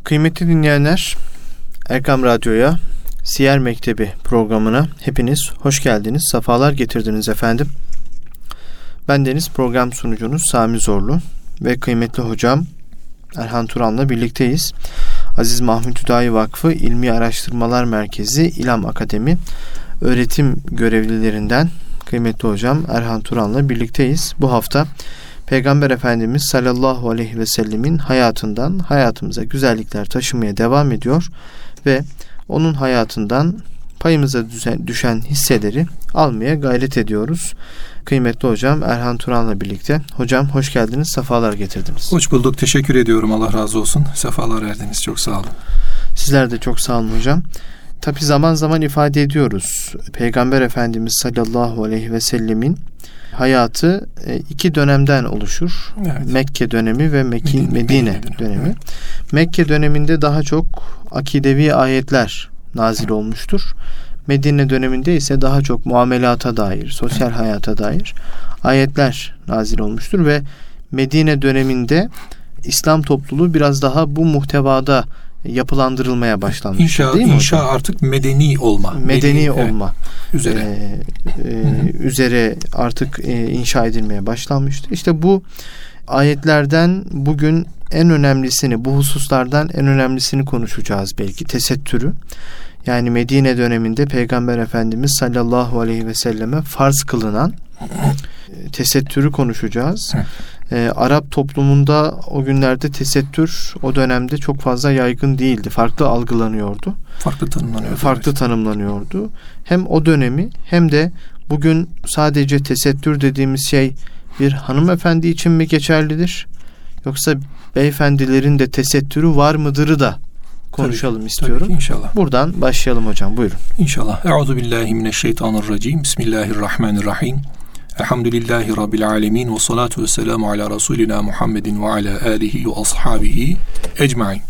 Kıymetli dinleyenler, Erkam Radyo'ya, Siyer Mektebi programına hepiniz hoş geldiniz, sefalar getirdiniz efendim. Bendeniz program sunucunuz Sami Zorlu ve kıymetli hocam Erhan Turan'la birlikteyiz. Aziz Mahmut Hüdayi Vakfı İlmi Araştırmalar Merkezi İlam Akademi öğretim görevlilerinden kıymetli hocam Erhan Turan'la birlikteyiz. Bu hafta Peygamber Efendimiz sallallahu aleyhi ve sellemin hayatından hayatımıza güzellikler taşımaya devam ediyor ve onun hayatından payımıza düşen hisseleri almaya gayret ediyoruz. Kıymetli hocam Erhan Turan'la birlikte. Hocam hoş geldiniz, sefalar getirdiniz. Hoş bulduk, teşekkür ediyorum. Allah razı olsun. Sefalar erdiniz, çok sağ olun. Sizler de çok sağ olun hocam. Tabi zaman zaman ifade ediyoruz. Peygamber Efendimiz sallallahu aleyhi ve sellemin hayatı iki dönemden oluşur. Evet. Mekke dönemi ve Medine dönemi. Evet. Mekke döneminde daha çok akidevi ayetler nazil olmuştur. Medine döneminde ise daha çok muamelata dair, sosyal hayata dair ayetler nazil olmuştur ve Medine döneminde İslam topluluğu biraz daha bu muhtevada yapılandırılmaya başlanmış. İnşa artık medeni olma. Medeni olma. Üzere artık inşa edilmeye başlanmıştı. İşte bu ayetlerden bugün en önemlisini, bu hususlardan en önemlisini konuşacağız belki. Tesettürü. Yani Medine döneminde Peygamber Efendimiz sallallahu aleyhi ve selleme farz kılınan tesettürü konuşacağız. Arap toplumunda o günlerde tesettür o dönemde çok fazla yaygın değildi. Farklı algılanıyordu. Farklı tanımlanıyordu. Hem o dönemi hem de bugün sadece tesettür dediğimiz şey bir hanımefendi için mi geçerlidir? Yoksa beyefendilerin de tesettürü var mıdırı da konuşalım istiyorum. Tabii ki, inşallah. Buradan başlayalım hocam, buyurun. İnşallah. Euzubillahimineşşeytanirracim. Bismillahirrahmanirrahim. Elhamdülillahi Rabbil alemin ve salatu ve selamu ala Resulina Muhammedin ve ala alihi ve ashabihi ecmain.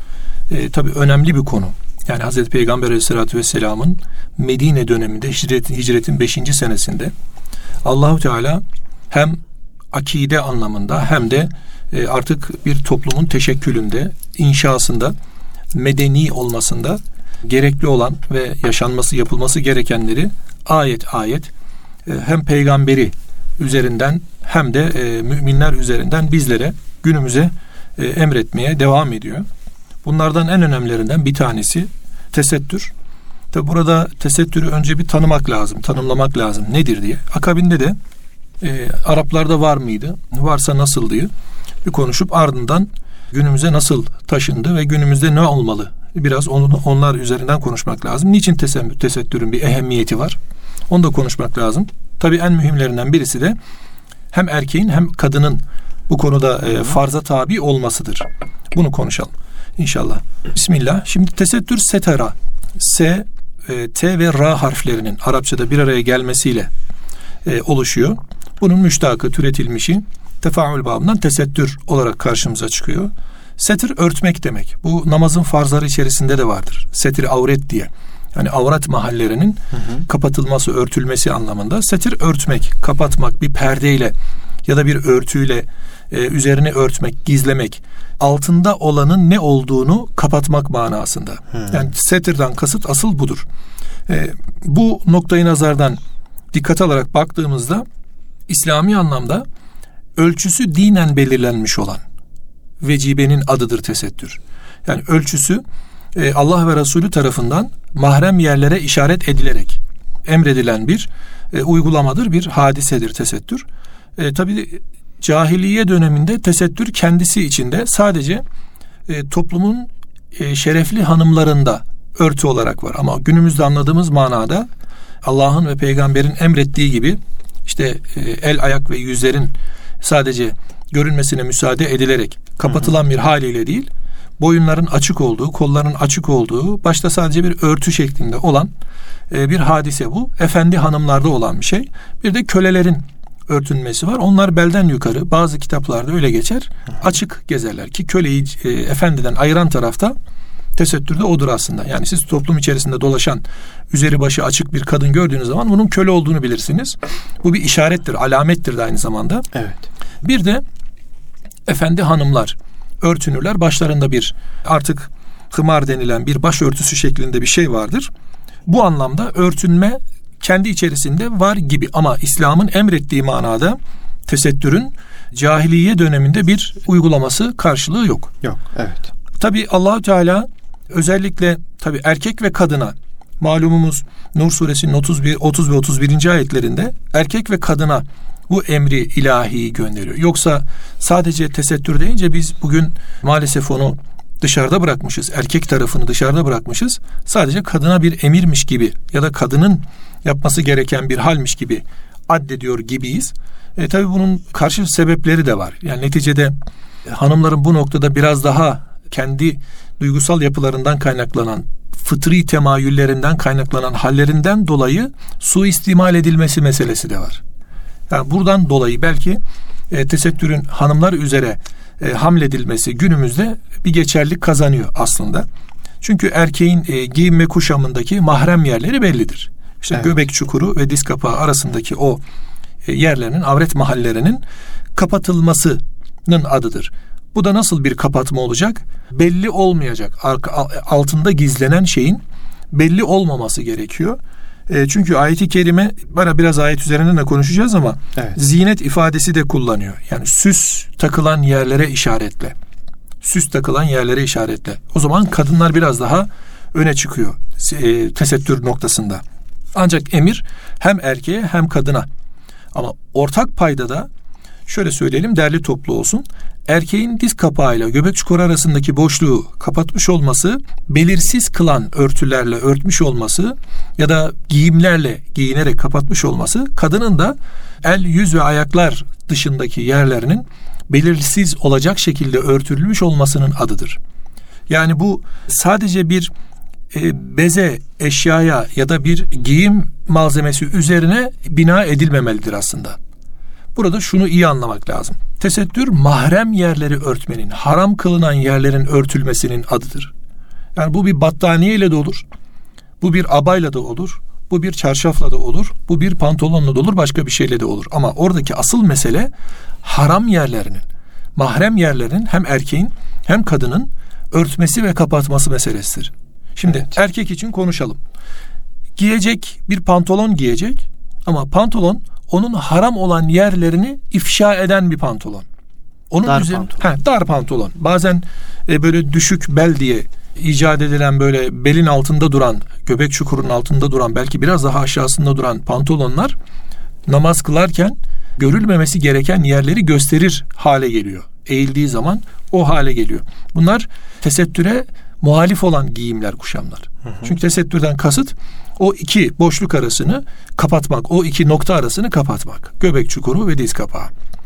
Tabii önemli bir konu. Yani Hazreti Peygamber Aleyhisselatü Vesselam'ın Medine döneminde hicretin 5. senesinde Allahu Teala hem akide anlamında hem de artık bir toplumun teşekkülünde, inşasında, medeni olmasında gerekli olan ve yaşanması, yapılması gerekenleri ayet ayet hem peygamberi üzerinden hem de müminler üzerinden bizlere, günümüze emretmeye devam ediyor. Bunlardan en önemlilerinden bir tanesi tesettür. Tabi burada tesettürü önce bir tanımak lazım, tanımlamak lazım nedir diye. Akabinde de Araplarda var mıydı, varsa nasıl diye bir konuşup ardından günümüze nasıl taşındı ve günümüzde ne olmalı? Biraz onlar üzerinden konuşmak lazım. Niçin tesettürün bir ehemmiyeti var? Onu da konuşmak lazım. Tabii en mühimlerinden birisi de hem erkeğin hem kadının bu konuda farza tabi olmasıdır. Bunu konuşalım İnşallah. Bismillah. Şimdi tesettür setera, S, T ve Ra harflerinin Arapçada bir araya gelmesiyle oluşuyor. Bunun müştakı, türetilmişi tefaül babından tesettür olarak karşımıza çıkıyor. Setir örtmek demek. Bu namazın farzları içerisinde de vardır. Setir avret diye. Yani avret mahallerinin kapatılması, örtülmesi anlamında. Setir örtmek, kapatmak, bir perdeyle ya da bir örtüyle üzerine örtmek, gizlemek. Altında olanın ne olduğunu kapatmak manasında. Yani setirden kasıt asıl budur. Bu noktayı nazardan dikkat alarak baktığımızda İslami anlamda ölçüsü dinen belirlenmiş olan vecibenin adıdır tesettür. Yani ölçüsü Allah ve Resulü tarafından mahrem yerlere işaret edilerek emredilen bir uygulamadır, bir hadisedir tesettür. Tabii cahiliye döneminde tesettür kendisi içinde sadece toplumun şerefli hanımlarında örtü olarak var. Ama günümüzde anladığımız manada Allah'ın ve peygamberin emrettiği gibi işte el, ayak ve yüzlerin sadece görünmesine müsaade edilerek kapatılan bir haliyle değil, boyunların açık olduğu, kolların açık olduğu, başta sadece bir örtü şeklinde olan bir hadise bu. Efendi hanımlarda olan bir şey. Bir de kölelerin örtünmesi var. Onlar belden yukarı, bazı kitaplarda öyle geçer, açık gezerler ki köleyi efendiden ayıran tarafta tesettür de odur aslında. Yani siz toplum içerisinde dolaşan, üzeri başı açık bir kadın gördüğünüz zaman bunun köle olduğunu bilirsiniz. Bu bir işarettir, alamettir de aynı zamanda. Evet. Bir de efendi hanımlar örtünürler. Başlarında bir artık hımar denilen bir başörtüsü şeklinde bir şey vardır. Bu anlamda örtünme kendi içerisinde var gibi ama İslam'ın emrettiği manada tesettürün cahiliye döneminde bir uygulaması, karşılığı yok. Yok, evet. Tabii Allah-u Teala özellikle tabii erkek ve kadına, malumumuz Nur suresinin 30 ve 31. ayetlerinde erkek ve kadına bu emri ilahiyi gönderiyor. Yoksa sadece tesettür deyince biz bugün maalesef onu dışarıda bırakmışız. Erkek tarafını dışarıda bırakmışız. Sadece kadına bir emirmiş gibi ya da kadının yapması gereken bir halmiş gibi addediyor gibiyiz. Tabii bunun karşı sebepleri de var. Yani neticede hanımların bu noktada biraz daha kendi duygusal yapılarından kaynaklanan, fıtri temayüllerinden kaynaklanan hallerinden dolayı suistimal edilmesi meselesi de var. Yani buradan dolayı belki tesettürün hanımlar üzere hamledilmesi günümüzde bir geçerlilik kazanıyor aslında. Çünkü erkeğin giyim ve kuşamındaki mahrem yerleri bellidir. İşte evet. Göbek çukuru ve diz kapağı arasındaki o yerlerinin, avret mahallerinin kapatılmasının adıdır. Bu da nasıl bir kapatma olacak? Belli olmayacak. Altında gizlenen şeyin belli olmaması gerekiyor. Çünkü ayet-i kerime, biraz ayet üzerinden de konuşacağız ama evet. Zinet ifadesi de kullanıyor. Yani süs takılan yerlere işaretle. Süs takılan yerlere işaretle. O zaman kadınlar biraz daha öne çıkıyor tesettür noktasında. Ancak emir hem erkeğe hem kadına. Ama ortak payda da şöyle söyleyelim, derli toplu olsun. Erkeğin diz kapağıyla göbek çukuru arasındaki boşluğu kapatmış olması, belirsiz kılan örtülerle örtmüş olması ya da giyimlerle giyinerek kapatmış olması, kadının da el, yüz ve ayaklar dışındaki yerlerinin belirsiz olacak şekilde örtülmüş olmasının adıdır. Yani bu sadece bir beze, eşyaya ya da bir giyim malzemesi üzerine bina edilmemelidir aslında. Burada şunu iyi anlamak lazım. Tesettür mahrem yerleri örtmenin, haram kılınan yerlerin örtülmesinin adıdır. Yani bu bir battaniyeyle de olur, bu bir abayla da olur, bu bir çarşafla da olur, bu bir pantolonla da olur, başka bir şeyle de olur. Ama oradaki asıl mesele haram yerlerinin, mahrem yerlerinin hem erkeğin hem kadının örtmesi ve kapatması meselesidir. Şimdi evet. Erkek için konuşalım. Giyecek bir pantolon giyecek ama pantolon onun haram olan yerlerini ifşa eden bir pantolon. Onun dar pantolon. Dar pantolon. Bazen böyle düşük bel diye icat edilen, böyle belin altında duran, göbek çukurunun altında duran, belki biraz daha aşağısında duran pantolonlar namaz kılarken görülmemesi gereken yerleri gösterir hale geliyor. Eğildiği zaman o hale geliyor. Bunlar tesettüre muhalif olan giyimler, kuşamlar. Hı hı. Çünkü tesettürden kasıt o iki boşluk arasını kapatmak, o iki nokta arasını kapatmak. Göbek çukuru ve diz kapağı.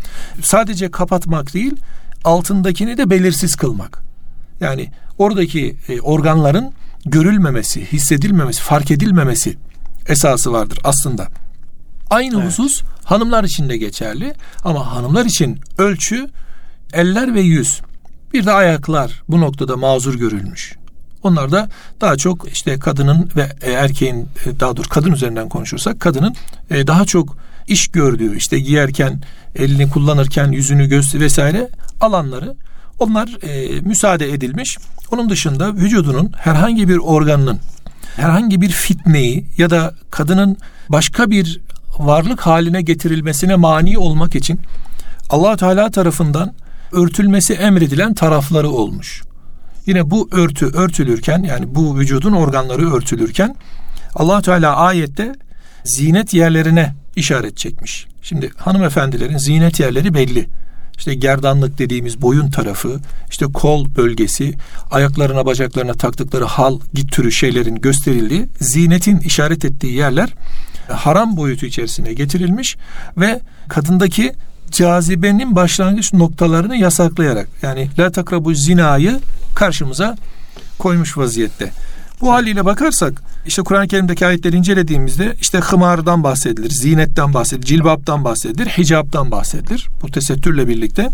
Sadece kapatmak değil, altındakini de belirsiz kılmak. Yani oradaki organların görülmemesi, hissedilmemesi, fark edilmemesi esası vardır aslında. Aynı evet. Husus hanımlar için de geçerli ama hanımlar için ölçü eller ve yüz. Bir de ayaklar bu noktada mazur görülmüş. Onlar da daha çok işte kadının ve erkeğin, daha doğrusu kadın üzerinden konuşursak kadının daha çok iş gördüğü, işte giyerken, elini kullanırken yüzünü, göğsü vesaire alanları, onlar müsaade edilmiş. Onun dışında vücudunun herhangi bir organının herhangi bir fitneyi ya da kadının başka bir varlık haline getirilmesine mani olmak için Allah Teala tarafından örtülmesi emredilen tarafları olmuş. Yine bu örtü örtülürken, yani bu vücudun organları örtülürken Allah Teala ayette zinet yerlerine işaret çekmiş. Şimdi hanımefendilerin zinet yerleri belli. İşte gerdanlık dediğimiz boyun tarafı, işte kol bölgesi, ayaklarına, bacaklarına taktıkları hal, git türü şeylerin gösterildiği, zinetin işaret ettiği yerler haram boyutu içerisine getirilmiş ve kadındaki cazibenin başlangıç noktalarını yasaklayarak, yani la takrabu zinayı karşımıza koymuş vaziyette. Bu haliyle bakarsak işte Kur'an-ı Kerim'deki ayetleri incelediğimizde işte hımardan bahsedilir, zinetten bahsedilir, cilbaptan bahsedilir, hicaptan bahsedilir. Bu tesettürle birlikte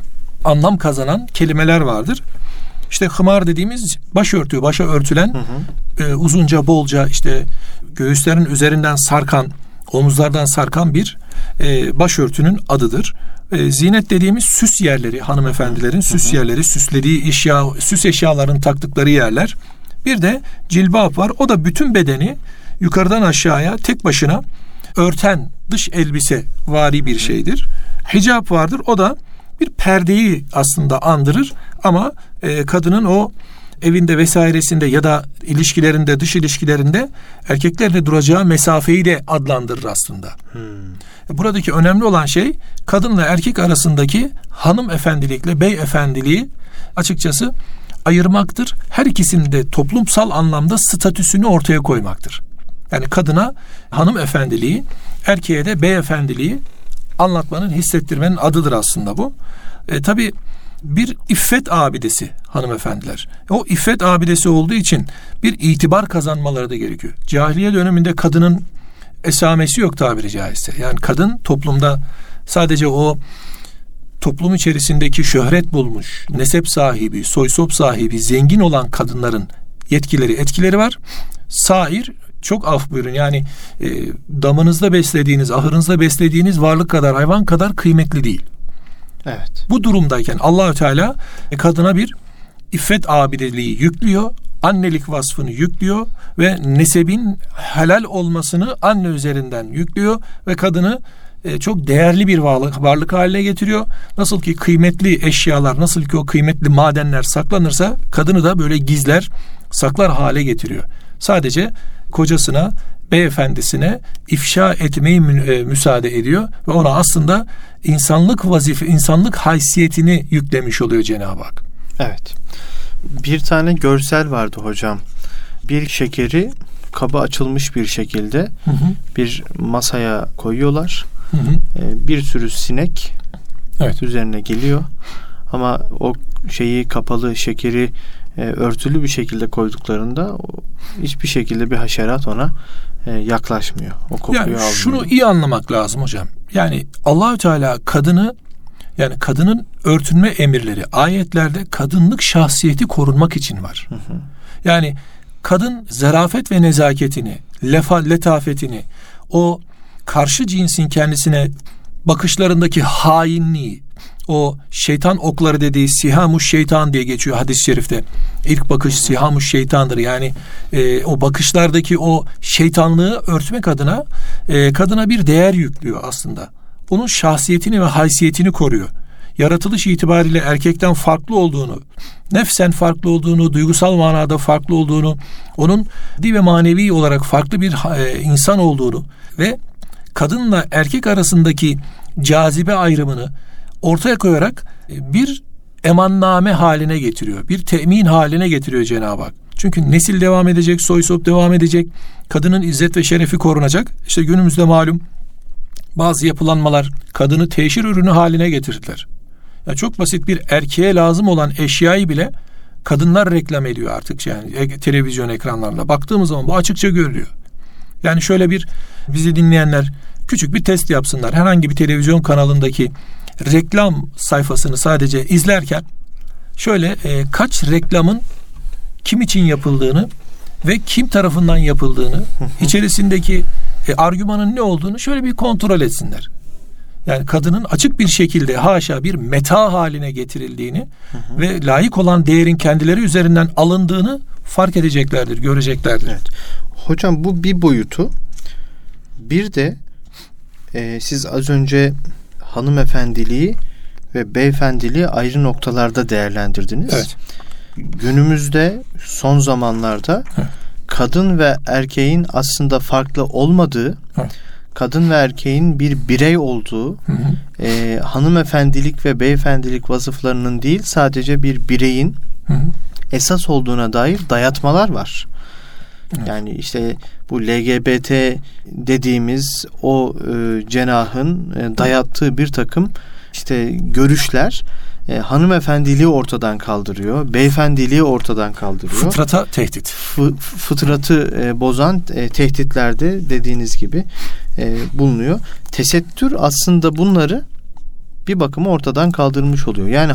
anlam kazanan kelimeler vardır. İşte hımar dediğimiz başörtü, başa örtülen uzunca, bolca, işte göğüslerin üzerinden sarkan, omuzlardan sarkan bir başörtünün adıdır. Zinet dediğimiz süs yerleri, hanımefendilerin süs yerleri, süslediği süs eşyalarının taktıkları yerler. Bir de cilbap var. O da bütün bedeni yukarıdan aşağıya tek başına örten dış elbise vari bir şeydir. Hicap vardır. O da bir perdeyi aslında andırır ama kadının o evinde vesairesinde ya da ilişkilerinde, dış ilişkilerinde erkeklerle duracağı mesafeyi de adlandırır aslında. Buradaki önemli olan şey kadınla erkek arasındaki hanımefendilikle beyefendiliği açıkçası ayırmaktır. Her ikisinin de toplumsal anlamda statüsünü ortaya koymaktır. Yani kadına hanımefendiliği, erkeğe de beyefendiliği anlatmanın, hissettirmenin adıdır aslında bu. Tabii bir iffet abidesi hanımefendiler. O iffet abidesi olduğu için bir itibar kazanmaları da gerekiyor. Cahiliye döneminde kadının esamesi yok tabiri caizse. Yani kadın toplumda sadece o toplum içerisindeki şöhret bulmuş, nesep sahibi, soysop sahibi, zengin olan kadınların yetkileri, etkileri var. Sair, çok af buyurun, yani damınızda beslediğiniz, ahırınızda beslediğiniz varlık kadar, hayvan kadar kıymetli değil. Evet. Bu durumdayken Allahü Teala kadına bir iffet abideliği yüklüyor, annelik vasfını yüklüyor ve nesebin helal olmasını anne üzerinden yüklüyor ve kadını çok değerli bir varlık haline getiriyor. Nasıl ki kıymetli eşyalar, nasıl ki o kıymetli madenler saklanırsa kadını da böyle gizler, saklar hale getiriyor. Sadece kocasına, beyefendisine ifşa etmeyi müsaade ediyor ve ona aslında insanlık vazife, insanlık haysiyetini yüklemiş oluyor Cenab-ı Hak. Evet. Bir tane görsel vardı hocam. Bir şekeri kabı açılmış bir şekilde bir masaya koyuyorlar. Bir sürü sinek üzerine geliyor. Ama o şeyi, kapalı şekeri örtülü bir şekilde koyduklarında hiçbir şekilde bir haşerat ona yaklaşmıyor. O kokuyu almıyor. Yani şunu iyi anlamak lazım hocam. Yani Allahü Teala kadını, yani kadının örtünme emirleri ayetlerde kadınlık şahsiyeti korunmak için var. Yani kadın zarafet ve nezaketini, letafetini, o karşı cinsin kendisine bakışlarındaki hainliği, o şeytan okları dediği sihamuş şeytan diye geçiyor hadis-i şerifte. İlk bakış sihamuş şeytandır. Yani o bakışlardaki o şeytanlığı örtmek adına kadına bir değer yüklüyor aslında. Onun şahsiyetini ve haysiyetini koruyor. Yaratılış itibariyle erkekten farklı olduğunu, nefsen farklı olduğunu, duygusal manada farklı olduğunu, onun maddi ve manevi olarak farklı bir insan olduğunu ve kadınla erkek arasındaki cazibe ayrımını ortaya koyarak bir emanname haline getiriyor. Bir temin haline getiriyor Cenab-ı Hak. Çünkü nesil devam edecek, soy sop devam edecek. Kadının izzet ve şerefi korunacak. İşte günümüzde malum bazı yapılanmalar kadını teşhir ürünü haline getirdiler. Ya çok basit bir erkeğe lazım olan eşyayı bile kadınlar reklam ediyor artık, yani televizyon ekranlarında. Baktığımız zaman bu açıkça görülüyor. Yani şöyle bir, bizi dinleyenler küçük bir test yapsınlar. Herhangi bir televizyon kanalındaki reklam sayfasını sadece izlerken şöyle kaç reklamın kim için yapıldığını ve kim tarafından yapıldığını, içerisindeki argümanın ne olduğunu şöyle bir kontrol etsinler. Yani kadının açık bir şekilde haşa bir meta haline getirildiğini ve layık olan değerin kendileri üzerinden alındığını fark edeceklerdir, göreceklerdir. Evet. Hocam bu bir boyutu. Bir de siz az önce hanımefendiliği ve beyefendiliği ayrı noktalarda değerlendirdiniz. Evet. Günümüzde son zamanlarda kadın ve erkeğin aslında farklı olmadığı, kadın ve erkeğin bir birey olduğu, hanımefendilik ve beyefendilik vasıflarının değil sadece bir bireyin esas olduğuna dair dayatmalar var. Yani işte bu LGBT dediğimiz o cenahın dayattığı bir takım işte görüşler hanımefendiliği ortadan kaldırıyor, beyefendiliği ortadan kaldırıyor. Fıtrata tehdit. Fıtratı bozan tehditlerde dediğiniz gibi bulunuyor. Tesettür aslında bunları bir bakıma ortadan kaldırmış oluyor. Yani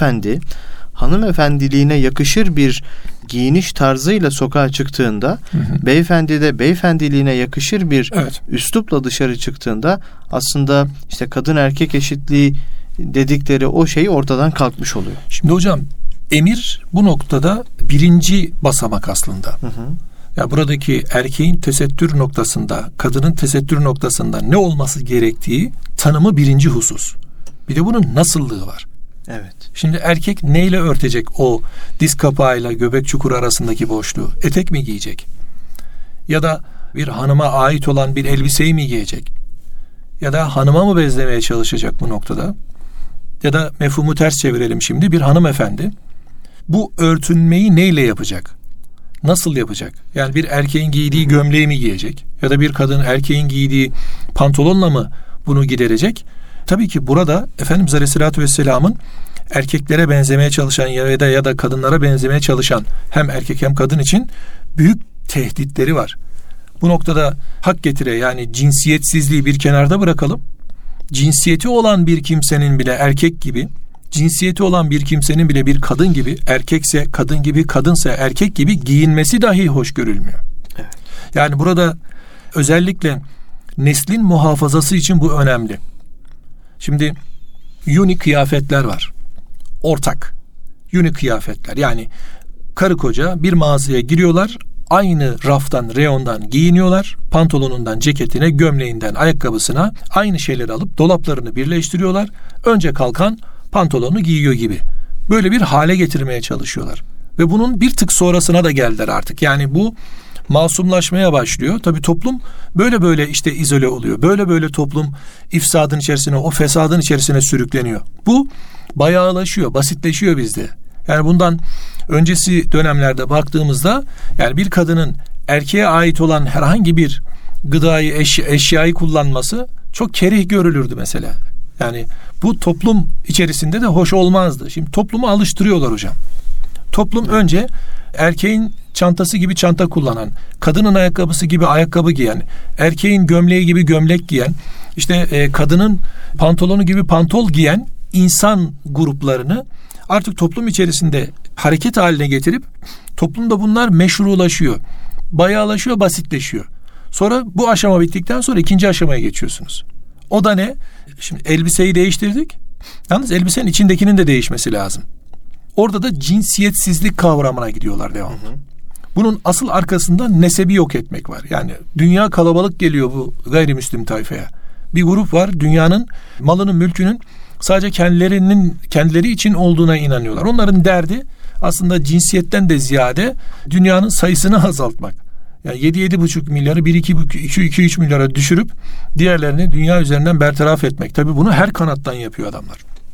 hanımefendiliğine yakışır bir giyiniş tarzıyla sokağa çıktığında, beyefendi de beyefendiliğine yakışır bir üslupla dışarı çıktığında aslında işte kadın erkek eşitliği dedikleri o şey ortadan kalkmış oluyor. Şimdi hocam, emir bu noktada birinci basamak aslında. Ya buradaki erkeğin tesettür noktasında, kadının tesettür noktasında ne olması gerektiği tanımı birinci husus. Bir de bunun nasıllığı var. Evet. Şimdi erkek neyle örtecek o diz kapağıyla göbek çukuru arasındaki boşluğu? Etek mi giyecek? Ya da bir hanıma ait olan bir elbiseyi mi giyecek? Ya da hanıma mı bezlemeye çalışacak bu noktada? Ya da mefhumu ters çevirelim şimdi. Bir hanımefendi bu örtünmeyi neyle yapacak? Nasıl yapacak? Yani bir erkeğin giydiği gömleği mi giyecek? Ya da bir kadın erkeğin giydiği pantolonla mı bunu giderecek? Tabii ki burada Efendimiz Aleyhisselatü Vesselam'ın erkeklere benzemeye çalışan ya da kadınlara benzemeye çalışan hem erkek hem kadın için büyük tehditleri var. Bu noktada hak getire, yani cinsiyetsizliği bir kenarda bırakalım. Cinsiyeti olan bir kimsenin bile erkek gibi, cinsiyeti olan bir kimsenin bile bir kadın gibi, erkekse kadın gibi, kadınsa erkek gibi giyinmesi dahi hoş görülmüyor. Evet. Yani burada özellikle neslin muhafazası için bu önemli. Şimdi unique kıyafetler var. Ortak. Unique kıyafetler. Yani karı koca bir mağazaya giriyorlar. Aynı raftan, reyondan giyiniyorlar. Pantolonundan, ceketine, gömleğinden, ayakkabısına aynı şeyleri alıp dolaplarını birleştiriyorlar. Önce kalkan pantolonu giyiyor gibi. Böyle bir hale getirmeye çalışıyorlar. Ve bunun bir tık sonrasına da geldiler artık. Yani bu masumlaşmaya başlıyor. Tabii toplum böyle işte izole oluyor. Böyle toplum ifsadın içerisine, o fesadın içerisine sürükleniyor. Bu bayağılaşıyor, basitleşiyor bizde. Yani bundan öncesi dönemlerde baktığımızda, yani bir kadının erkeğe ait olan herhangi bir gıdayı, eşyayı kullanması çok kerih görülürdü mesela. Yani bu toplum içerisinde de hoş olmazdı. Şimdi toplumu alıştırıyorlar hocam. Toplum önce erkeğin çantası gibi çanta kullanan, kadının ayakkabısı gibi ayakkabı giyen, erkeğin gömleği gibi gömlek giyen, işte kadının pantolonu gibi pantol giyen insan gruplarını artık toplum içerisinde hareket haline getirip toplumda bunlar meşrulaşıyor, bayağılaşıyor, basitleşiyor. Sonra bu aşama bittikten sonra ikinci aşamaya geçiyorsunuz. O da ne? Şimdi elbiseyi değiştirdik. Yalnız elbisenin içindekinin de değişmesi lazım. Orada da cinsiyetsizlik kavramına gidiyorlar devamlı. Bunun asıl arkasında nesebi yok etmek var. Yani dünya kalabalık geliyor bu gayrimüslim tayfaya. Bir grup var, dünyanın malının, mülkünün sadece kendileri için olduğuna inanıyorlar. Onların derdi aslında cinsiyetten de ziyade dünyanın sayısını azaltmak. Yani 7-7,5 milyarı 1-2-3 milyara düşürüp diğerlerini dünya üzerinden bertaraf etmek. Tabii bunu her kanattan yapıyor adamlar.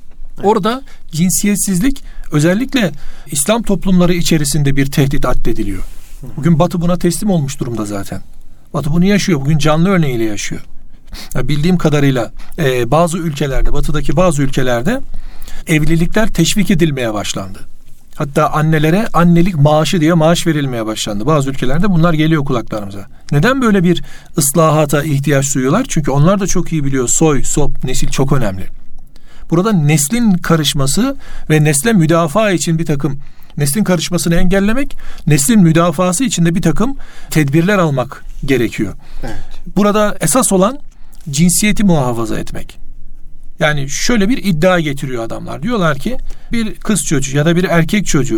Orada cinsiyetsizlik özellikle İslam toplumları içerisinde bir tehdit addediliyor. Bugün Batı buna teslim olmuş durumda zaten. Batı bunu yaşıyor. Bugün canlı örneğiyle yaşıyor. Bildiğim kadarıyla bazı ülkelerde, Batı'daki bazı ülkelerde evlilikler teşvik edilmeye başlandı. Hatta annelere annelik maaşı diye maaş verilmeye başlandı. Bazı ülkelerde bunlar geliyor kulaklarımıza. Neden böyle bir ıslahata ihtiyaç duyuyorlar? Çünkü onlar da çok iyi biliyor, soy, sop, nesil çok önemli. Burada neslin karışması ve nesle müdafaa için bir takım, neslin karışmasını engellemek, neslin müdafası için de bir takım tedbirler almak gerekiyor. Evet. Burada esas olan cinsiyeti muhafaza etmek. Yani şöyle bir iddia getiriyor adamlar. Diyorlar ki bir kız çocuğu ya da bir erkek çocuğu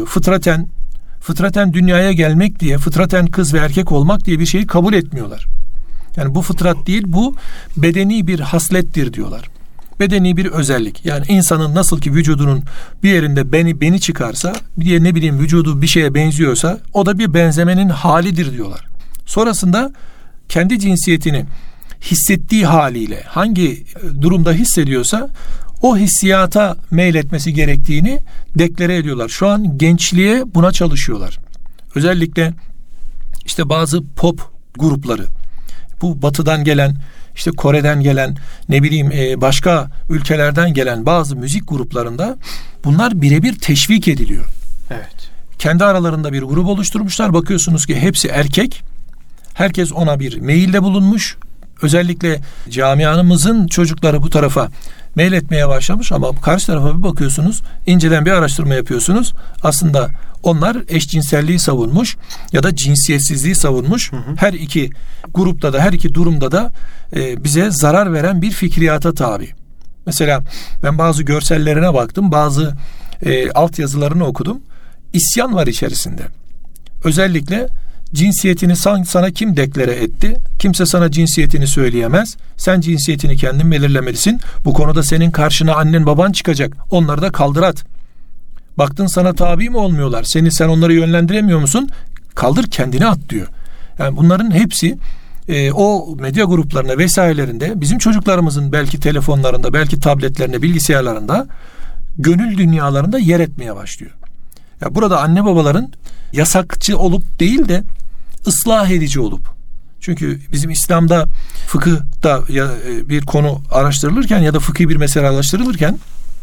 fıtraten dünyaya gelmek diye, fıtraten kız ve erkek olmak diye bir şeyi kabul etmiyorlar. Yani bu fıtrat değil, bu bedeni bir haslettir diyorlar. Bedeni bir özellik. Yani insanın nasıl ki vücudunun bir yerinde beni çıkarsa, bir ne bileyim vücudu bir şeye benziyorsa, o da bir benzemenin halidir diyorlar. Sonrasında kendi cinsiyetini hissettiği haliyle hangi durumda hissediyorsa o hissiyata meyletmesi gerektiğini deklare ediyorlar. Şu an gençliğe buna çalışıyorlar. Özellikle işte bazı pop grupları, bu batıdan gelen, işte Kore'den gelen, ne bileyim başka ülkelerden gelen bazı müzik gruplarında bunlar birebir teşvik ediliyor. Evet. Kendi aralarında bir grup oluşturmuşlar. Bakıyorsunuz ki hepsi erkek. Herkes ona bir meyilde bulunmuş. Özellikle camiamızın çocukları bu tarafa meyletmeye başlamış ama karşı tarafa bir bakıyorsunuz, inceden bir araştırma yapıyorsunuz. Aslında onlar eşcinselliği savunmuş ya da cinsiyetsizliği savunmuş. Her iki grupta da, her iki durumda da bize zarar veren bir fikriyata tabi. Mesela ben bazı görsellerine baktım, bazı altyazılarını okudum. İsyan var içerisinde. Özellikle cinsiyetini sana kim deklare etti? Kimse sana cinsiyetini söyleyemez. Sen cinsiyetini kendin belirlemelisin. Bu konuda senin karşına annen baban çıkacak. Onları da kaldır at. Baktın sana tabi mi olmuyorlar? Sen onları yönlendiremiyor musun? Kaldır kendini at diyor. Yani bunların hepsi o medya gruplarına vesairelerinde bizim çocuklarımızın belki telefonlarında, belki tabletlerinde, bilgisayarlarında, gönül dünyalarında yer etmeye başlıyor. Ya burada anne babaların yasakçı olup değil de ıslah edici olup, çünkü bizim İslam'da fıkıhta bir konu araştırılırken ya da fıkhi bir mesele araştırılırken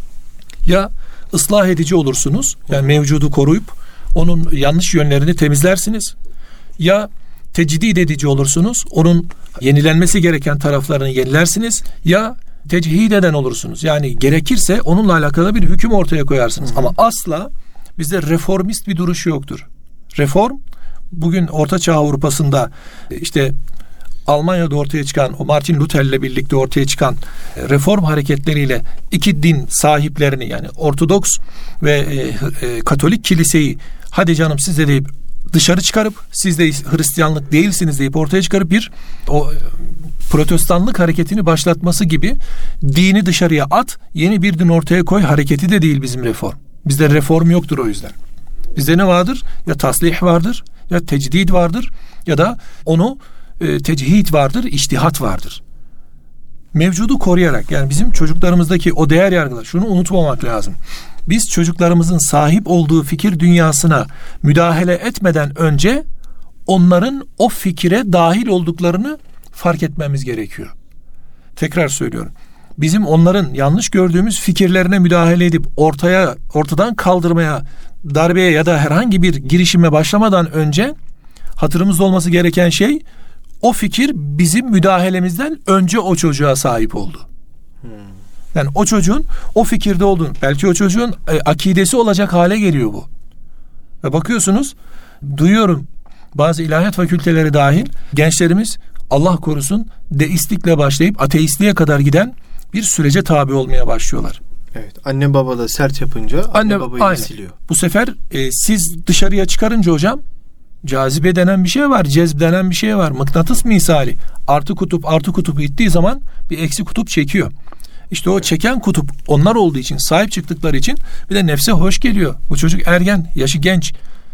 ya ıslah edici olursunuz, yani mevcudu koruyup onun yanlış yönlerini temizlersiniz, ya tecdid edici olursunuz, onun yenilenmesi gereken taraflarını yenilersiniz, ya techid eden olursunuz. Yani gerekirse onunla alakalı bir hüküm ortaya koyarsınız. Ama asla bizde reformist bir duruş yoktur. Reform, bugün Orta Çağ Avrupa'sında işte Almanya'da ortaya çıkan, o Martin Luther'le birlikte ortaya çıkan reform hareketleriyle iki din sahiplerini, yani Ortodoks ve Katolik kiliseyi, hadi canım siz de deyip dışarı çıkarıp, siz de Hristiyanlık değilsiniz deyip ortaya çıkarıp bir o protestanlık hareketini başlatması gibi, dini dışarıya at, yeni bir din ortaya koy hareketi de değil bizim reform. Bizde reform yoktur o yüzden. Bizde ne vardır? Ya taslih vardır, ya tecdid vardır, ya da onu tecihid vardır, içtihat vardır. Mevcudu koruyarak, yani bizim çocuklarımızdaki o değer yargılar, şunu unutmamak lazım. Biz çocuklarımızın sahip olduğu fikir dünyasına müdahale etmeden önce onların o fikire dahil olduklarını fark etmemiz gerekiyor. Tekrar söylüyorum. Bizim onların yanlış gördüğümüz fikirlerine müdahale edip ortadan kaldırmaya, darbeye ya da herhangi bir girişime başlamadan önce hatırımızda olması gereken şey, o fikir bizim müdahalemizden önce o çocuğa sahip oldu. Yani o çocuğun o fikirde olduğunu, belki o çocuğun akidesi olacak hale geliyor bu. Ve bakıyorsunuz, duyuyorum bazı ilahiyat fakülteleri dahil gençlerimiz, Allah korusun, deistlikle başlayıp ateistliğe kadar giden bir sürece tabi olmaya başlıyorlar. Evet, anne baba da sert yapınca anne babayı siliyor. Bu sefer siz dışarıya çıkarınca hocam, cazibe denen bir şey var, cezb denen bir şey var, mıknatıs misali. Artı kutup gittiği zaman bir eksi kutup çekiyor. İşte o çeken kutup onlar olduğu için, sahip çıktıkları için bir de nefse hoş geliyor. Bu çocuk ergen, yaşı genç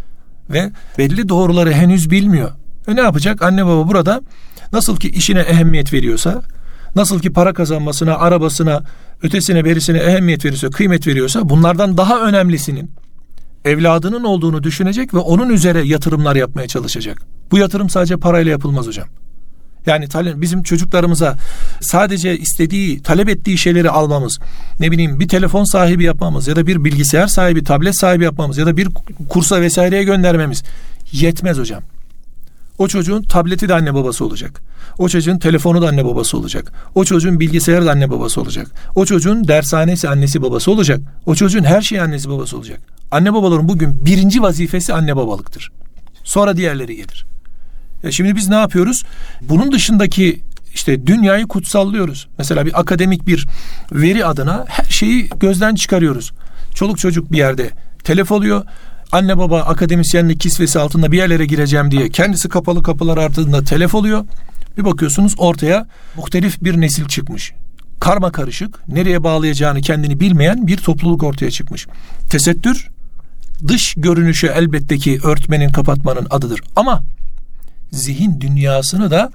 ve belli doğruları henüz bilmiyor. Ne yapacak? Anne baba burada nasıl ki işine ehemmiyet veriyorsa, nasıl ki para kazanmasına, arabasına, ötesine, berisine ehemmiyet veriyorsa, kıymet veriyorsa, bunlardan daha önemlisinin evladının olduğunu düşünecek ve onun üzere yatırımlar yapmaya çalışacak. Bu yatırım sadece parayla yapılmaz hocam. Yani bizim çocuklarımıza sadece talep ettiği şeyleri almamız, ne bileyim bir telefon sahibi yapmamız ya da bir bilgisayar sahibi, tablet sahibi yapmamız ya da bir kursa vesaireye göndermemiz yetmez hocam. O çocuğun tableti de anne babası olacak. O çocuğun telefonu da anne babası olacak. O çocuğun bilgisayarı da anne babası olacak. O çocuğun dershanesi annesi babası olacak. O çocuğun her şeyi annesi babası olacak. Anne babaların bugün birinci vazifesi anne babalıktır. Sonra diğerleri gelir. Şimdi biz ne yapıyoruz? Bunun dışındaki işte dünyayı kutsallıyoruz. Mesela bir akademik bir veri adına her şeyi gözden çıkarıyoruz. Çoluk çocuk bir yerde telef oluyor. Anne baba akademisyenlik kisvesi altında bir yerlere gireceğim diye kendisi kapalı kapılar ardında telef oluyor. Bir bakıyorsunuz ortaya muhtelif bir nesil çıkmış. Karma karışık, nereye bağlayacağını kendini bilmeyen bir topluluk ortaya çıkmış. Tesettür, dış görünüşü elbette ki örtmenin, kapatmanın adıdır. Ama zihin dünyasını da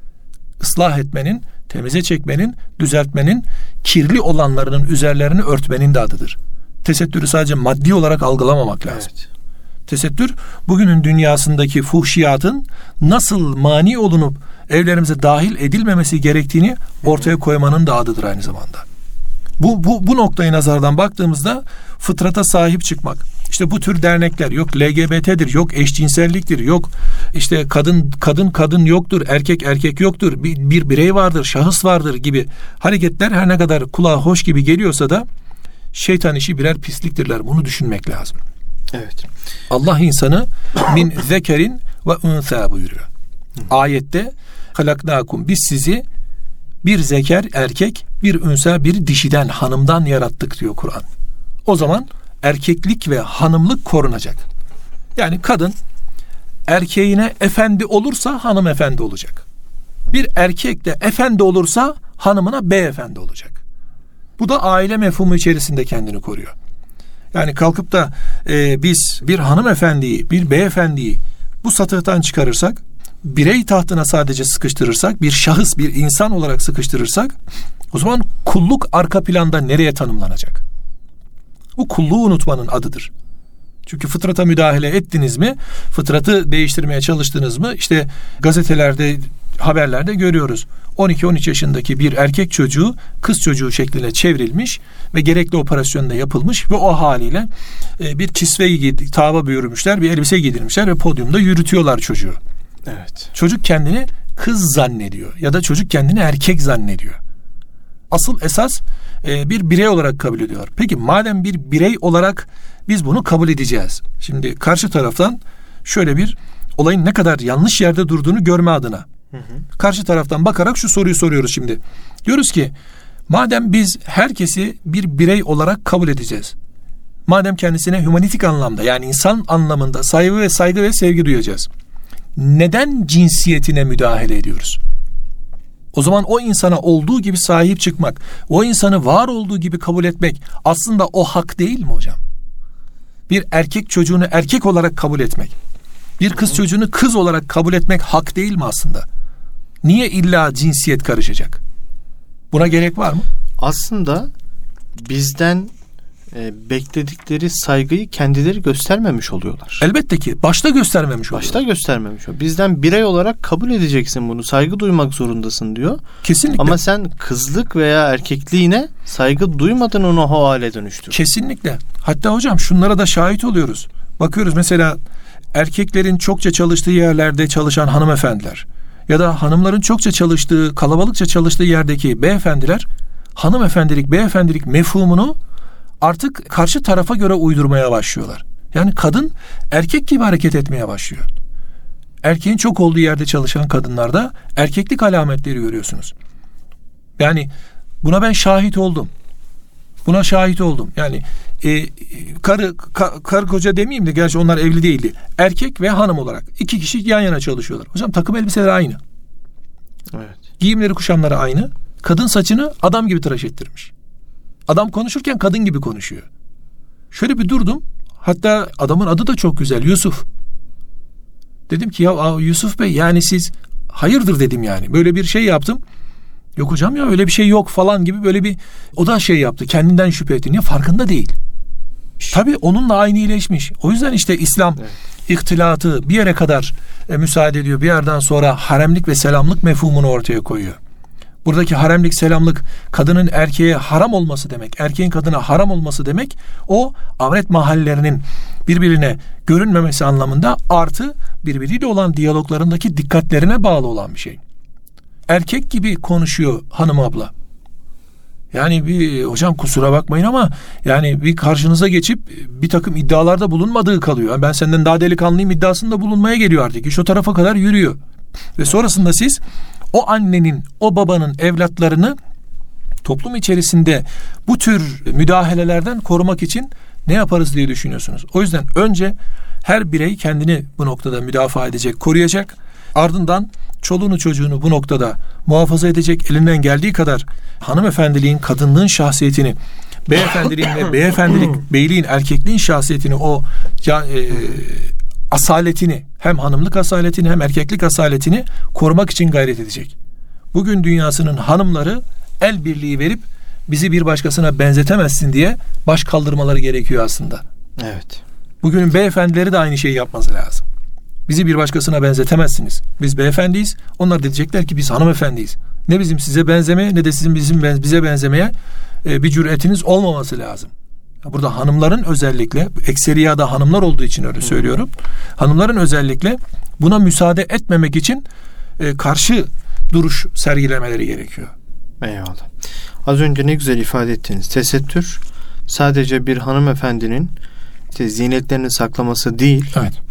ıslah etmenin, temize çekmenin, düzeltmenin, kirli olanlarının üzerlerini örtmenin de adıdır. Tesettürü sadece maddi olarak algılamamak lazım. Evet. Tesettür, bugünün dünyasındaki fuhşiyatın nasıl mani olunup evlerimize dahil edilmemesi gerektiğini ortaya koymanın da adıdır aynı zamanda. Bu noktayı nazardan baktığımızda fıtrata sahip çıkmak, işte bu tür dernekler, yok LGBT'dir, yok eşcinselliktir, yok işte kadın yoktur, erkek yoktur, bir birey vardır, şahıs vardır gibi hareketler her ne kadar kulağa hoş gibi geliyorsa da şeytan işi, birer pisliktirler. Bunu düşünmek lazım. Evet. Allah insanı min zekerin ve unsa buyuruyor. Ayette halaknakum, biz sizi Bir zeker erkek, bir ünsa bir dişiden, hanımdan yarattık diyor Kur'an. O zaman erkeklik ve hanımlık korunacak. Yani kadın erkeğine efendi olursa hanımefendi olacak. Bir erkek de efendi olursa hanımına beyefendi olacak. Bu da aile mefhumu içerisinde kendini koruyor. Yani kalkıp da biz bir hanımefendiyi, bir beyefendiyi bu satıhtan çıkarırsak, birey tahtına sadece sıkıştırırsak, bir şahıs, bir insan olarak sıkıştırırsak, o zaman kulluk arka planda nereye tanımlanacak? Bu kulluğu unutmanın adıdır. Çünkü fıtrata müdahale ettiniz mi, fıtratı değiştirmeye çalıştınız mı, işte gazetelerde, haberlerde görüyoruz. 12-13 yaşındaki bir erkek çocuğu kız çocuğu şekline çevrilmiş ve gerekli operasyon da yapılmış ve o haliyle bir kisve-i tava buyurmuşlar, bir elbise giydirmişler ve podyumda yürütüyorlar çocuğu. Evet. Çocuk kendini kız zannediyor ya da çocuk kendini erkek zannediyor. Asıl esas bir birey olarak kabul ediyor. Peki madem bir birey olarak biz bunu kabul edeceğiz. Şimdi karşı taraftan şöyle bir olayın ne kadar yanlış yerde durduğunu görme adına. Karşı taraftan bakarak şu soruyu soruyoruz şimdi. Diyoruz ki madem biz herkesi bir birey olarak kabul edeceğiz. Madem kendisine hümanitlik anlamda yani insan anlamında saygı ve sevgi duyacağız. Neden cinsiyetine müdahale ediyoruz? O zaman o insana olduğu gibi sahip çıkmak, o insanı var olduğu gibi kabul etmek aslında o hak değil mi hocam? Bir erkek çocuğunu erkek olarak kabul etmek, bir kız çocuğunu kız olarak kabul etmek hak değil mi aslında? Niye illa cinsiyet karışacak? Buna gerek var mı? Aslında bizden bekledikleri saygıyı kendileri göstermemiş oluyorlar. Elbette ki başta göstermemiş oluyorlar. Başta göstermemiş oluyor. Bizden birey olarak kabul edeceksin bunu. Saygı duymak zorundasın diyor. Kesinlikle. Ama sen kızlık veya erkekliğine saygı duymadan onu o hale dönüştür. Kesinlikle. Hatta hocam şunlara da şahit oluyoruz. Bakıyoruz mesela erkeklerin çokça çalıştığı yerlerde çalışan hanımefendiler ya da hanımların çokça çalıştığı, kalabalıkça çalıştığı yerdeki beyefendiler hanımefendilik, beyefendilik mefhumunu artık karşı tarafa göre uydurmaya başlıyorlar. Yani kadın erkek gibi hareket etmeye başlıyor. Erkeğin çok olduğu yerde çalışan kadınlarda erkeklik alametleri görüyorsunuz. Yani buna ben şahit oldum. Buna şahit oldum. Yani karı koca demeyeyim de gerçi onlar evli değildi. Erkek ve hanım olarak iki kişi yan yana çalışıyorlar. Hocam takım elbiseleri aynı. Evet. Giyimleri, kuşamları aynı. Kadın saçını adam gibi tıraş ettirmiş. Adam konuşurken kadın gibi konuşuyor. Şöyle bir durdum. Hatta adamın adı da çok güzel. Yusuf. Dedim ki ya Yusuf Bey yani siz hayırdır dedim yani. Böyle bir şey yaptım. Yok hocam ya öyle bir şey yok falan gibi böyle bir o da şey yaptı. Kendinden şüphe etti. Niye? Farkında değil. Tabii onunla aynı iyileşmiş. O yüzden işte İslam ihtilatı bir yere kadar müsaade ediyor. Bir yerden sonra haremlik ve selamlık mefhumunu ortaya koyuyor. Buradaki haremlik, selamlık kadının erkeğe haram olması demek. Erkeğin kadına haram olması demek. O avret mahallelerinin birbirine görünmemesi anlamında artı birbiriyle olan diyaloglarındaki dikkatlerine bağlı olan bir şey. Erkek gibi konuşuyor hanım abla. Yani bir hocam kusura bakmayın ama yani bir karşınıza geçip bir takım iddialarda bulunmadığı kalıyor. Yani ben senden daha delikanlıyım iddiasında bulunmaya geliyor artık. İş o tarafa kadar yürüyor. Ve sonrasında siz o annenin, o babanın evlatlarını toplum içerisinde bu tür müdahalelerden korumak için ne yaparız diye düşünüyorsunuz. O yüzden önce her birey kendini bu noktada müdafaa edecek, koruyacak. Ardından çoluğunu çocuğunu bu noktada muhafaza edecek, elinden geldiği kadar hanımefendiliğin, kadınlığın şahsiyetini, beyefendiliğin ve beyefendilik, beyliğin, erkekliğin şahsiyetini, o asaletini, hem hanımlık asaletini hem erkeklik asaletini korumak için gayret edecek. Bugün dünyasının hanımları el birliği verip bizi bir başkasına benzetemezsin diye baş kaldırmaları gerekiyor aslında. Evet. Bugünün beyefendileri de aynı şeyi yapması lazım. Bizi bir başkasına benzetemezsiniz. Biz beyefendiyiz. Onlar diyecekler ki biz hanımefendiyiz. Ne bizim size benzemeye ne de sizin bize benzemeye bir cüretiniz olmaması lazım. Burada hanımların özellikle, ekseriyada hanımlar olduğu için öyle söylüyorum. Hanımların özellikle buna müsaade etmemek için karşı duruş sergilemeleri gerekiyor. Eyvallah. Az önce ne güzel ifade ettiniz. Tesettür sadece bir hanımefendinin zinetlerini saklaması değil. Evet.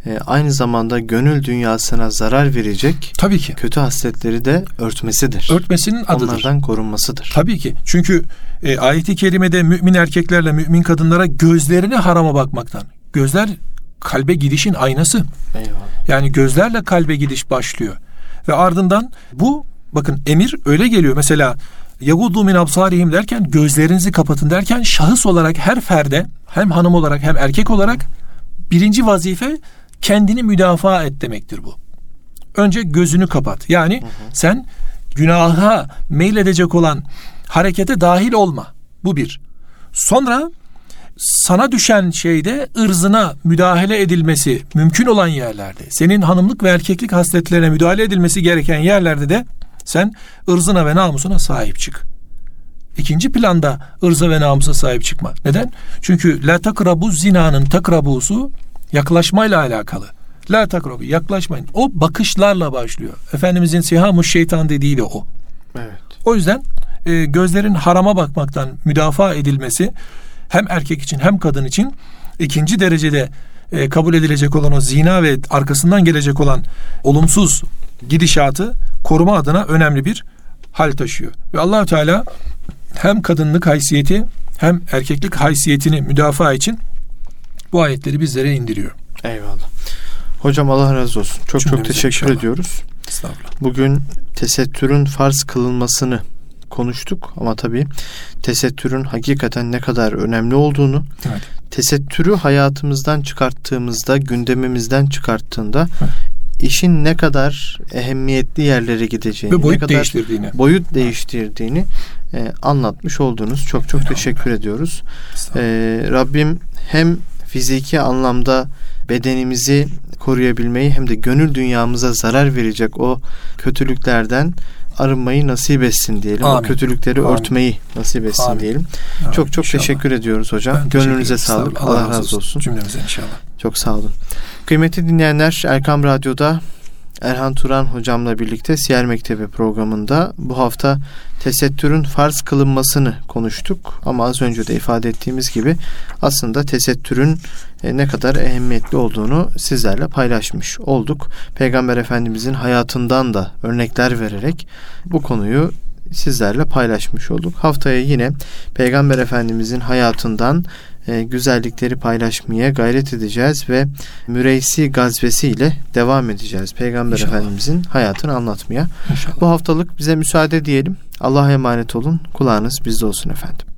aynı zamanda gönül dünyasına zarar verecek tabii ki kötü hasletleri de örtmesidir. Örtmesinin adıdır. Onlardan korunmasıdır. Tabii ki. Çünkü ayet-i kerimede mümin erkeklerle mümin kadınlara gözlerine harama bakmaktan. Gözler kalbe gidişin aynası. Eyvallah. Yani gözlerle kalbe gidiş başlıyor. Ve ardından bu bakın emir öyle geliyor. Mesela yaguddu min absarihim derken gözlerinizi kapatın derken şahıs olarak her ferde hem hanım olarak hem erkek olarak birinci vazife kendini müdafaa et demektir bu. Önce gözünü kapat. Yani sen günaha meyledecek olan harekete dahil olma. Bu bir. Sonra sana düşen şeyde ırzına müdahale edilmesi mümkün olan yerlerde, senin hanımlık ve erkeklik hasletlerine müdahale edilmesi gereken yerlerde de sen ırzına ve namusuna sahip çık. İkinci planda ırza ve namusa sahip çıkma. Neden? Çünkü la takrabu zinanın takrabusu yaklaşmayla alakalı. La takrabu, yaklaşmayın. O bakışlarla başlıyor. Efendimizin sihamuş şeytan dediği de o. Evet. O yüzden gözlerin harama bakmaktan müdafaa edilmesi hem erkek için hem kadın için ikinci derecede kabul edilecek olan o zina ve arkasından gelecek olan olumsuz gidişatı koruma adına önemli bir hal taşıyor. Ve Allah-u Teala hem kadınlık haysiyeti hem erkeklik haysiyetini müdafaa için bu ayetleri bizlere indiriyor. Eyvallah. Hocam Allah razı olsun. Çok Cümlemize teşekkür inşallah ediyoruz. Estağfurullah. Bugün tesettürün farz kılınmasını konuştuk ama tabii tesettürün hakikaten ne kadar önemli olduğunu, Evet. tesettürü hayatımızdan çıkarttığımızda, gündemimizden çıkarttığında işin ne kadar ehemmiyetli yerlere gideceğini, Ve boyut ne kadar değiştirdiğini. boyut değiştirdiğini anlatmış oldunuz. Çok teşekkür ediyoruz. Rabbim hem fiziki anlamda bedenimizi koruyabilmeyi hem de gönül dünyamıza zarar verecek o kötülüklerden arınmayı nasip etsin diyelim. Amin. O kötülükleri Amin. örtmeyi nasip etsin Amin. diyelim. Amin. Çok İnşallah. teşekkür ediyoruz hocam. Ben teşekkür Gönlünüze ederim. sağlık. Sağ olun. Allah razı olsun. Cümlemize inşallah. Çok sağ olun. Kıymetli dinleyenler, Erkam Radyo'da Erhan Turan hocamla birlikte Siyer Mektebi programında bu hafta tesettürün farz kılınmasını konuştuk. Ama az önce de ifade ettiğimiz gibi aslında tesettürün ne kadar ehemmiyetli olduğunu sizlerle paylaşmış olduk. Peygamber Efendimizin hayatından da örnekler vererek bu konuyu sizlerle paylaşmış olduk. Haftaya yine Peygamber Efendimizin hayatından güzellikleri paylaşmaya gayret edeceğiz ve Müreysi gazvesi ile devam edeceğiz. Peygamber İnşallah. Efendimizin hayatını anlatmaya. İnşallah. Bu haftalık bize müsaade diyelim. Allah'a emanet olun. Kulağınız bizde olsun efendim.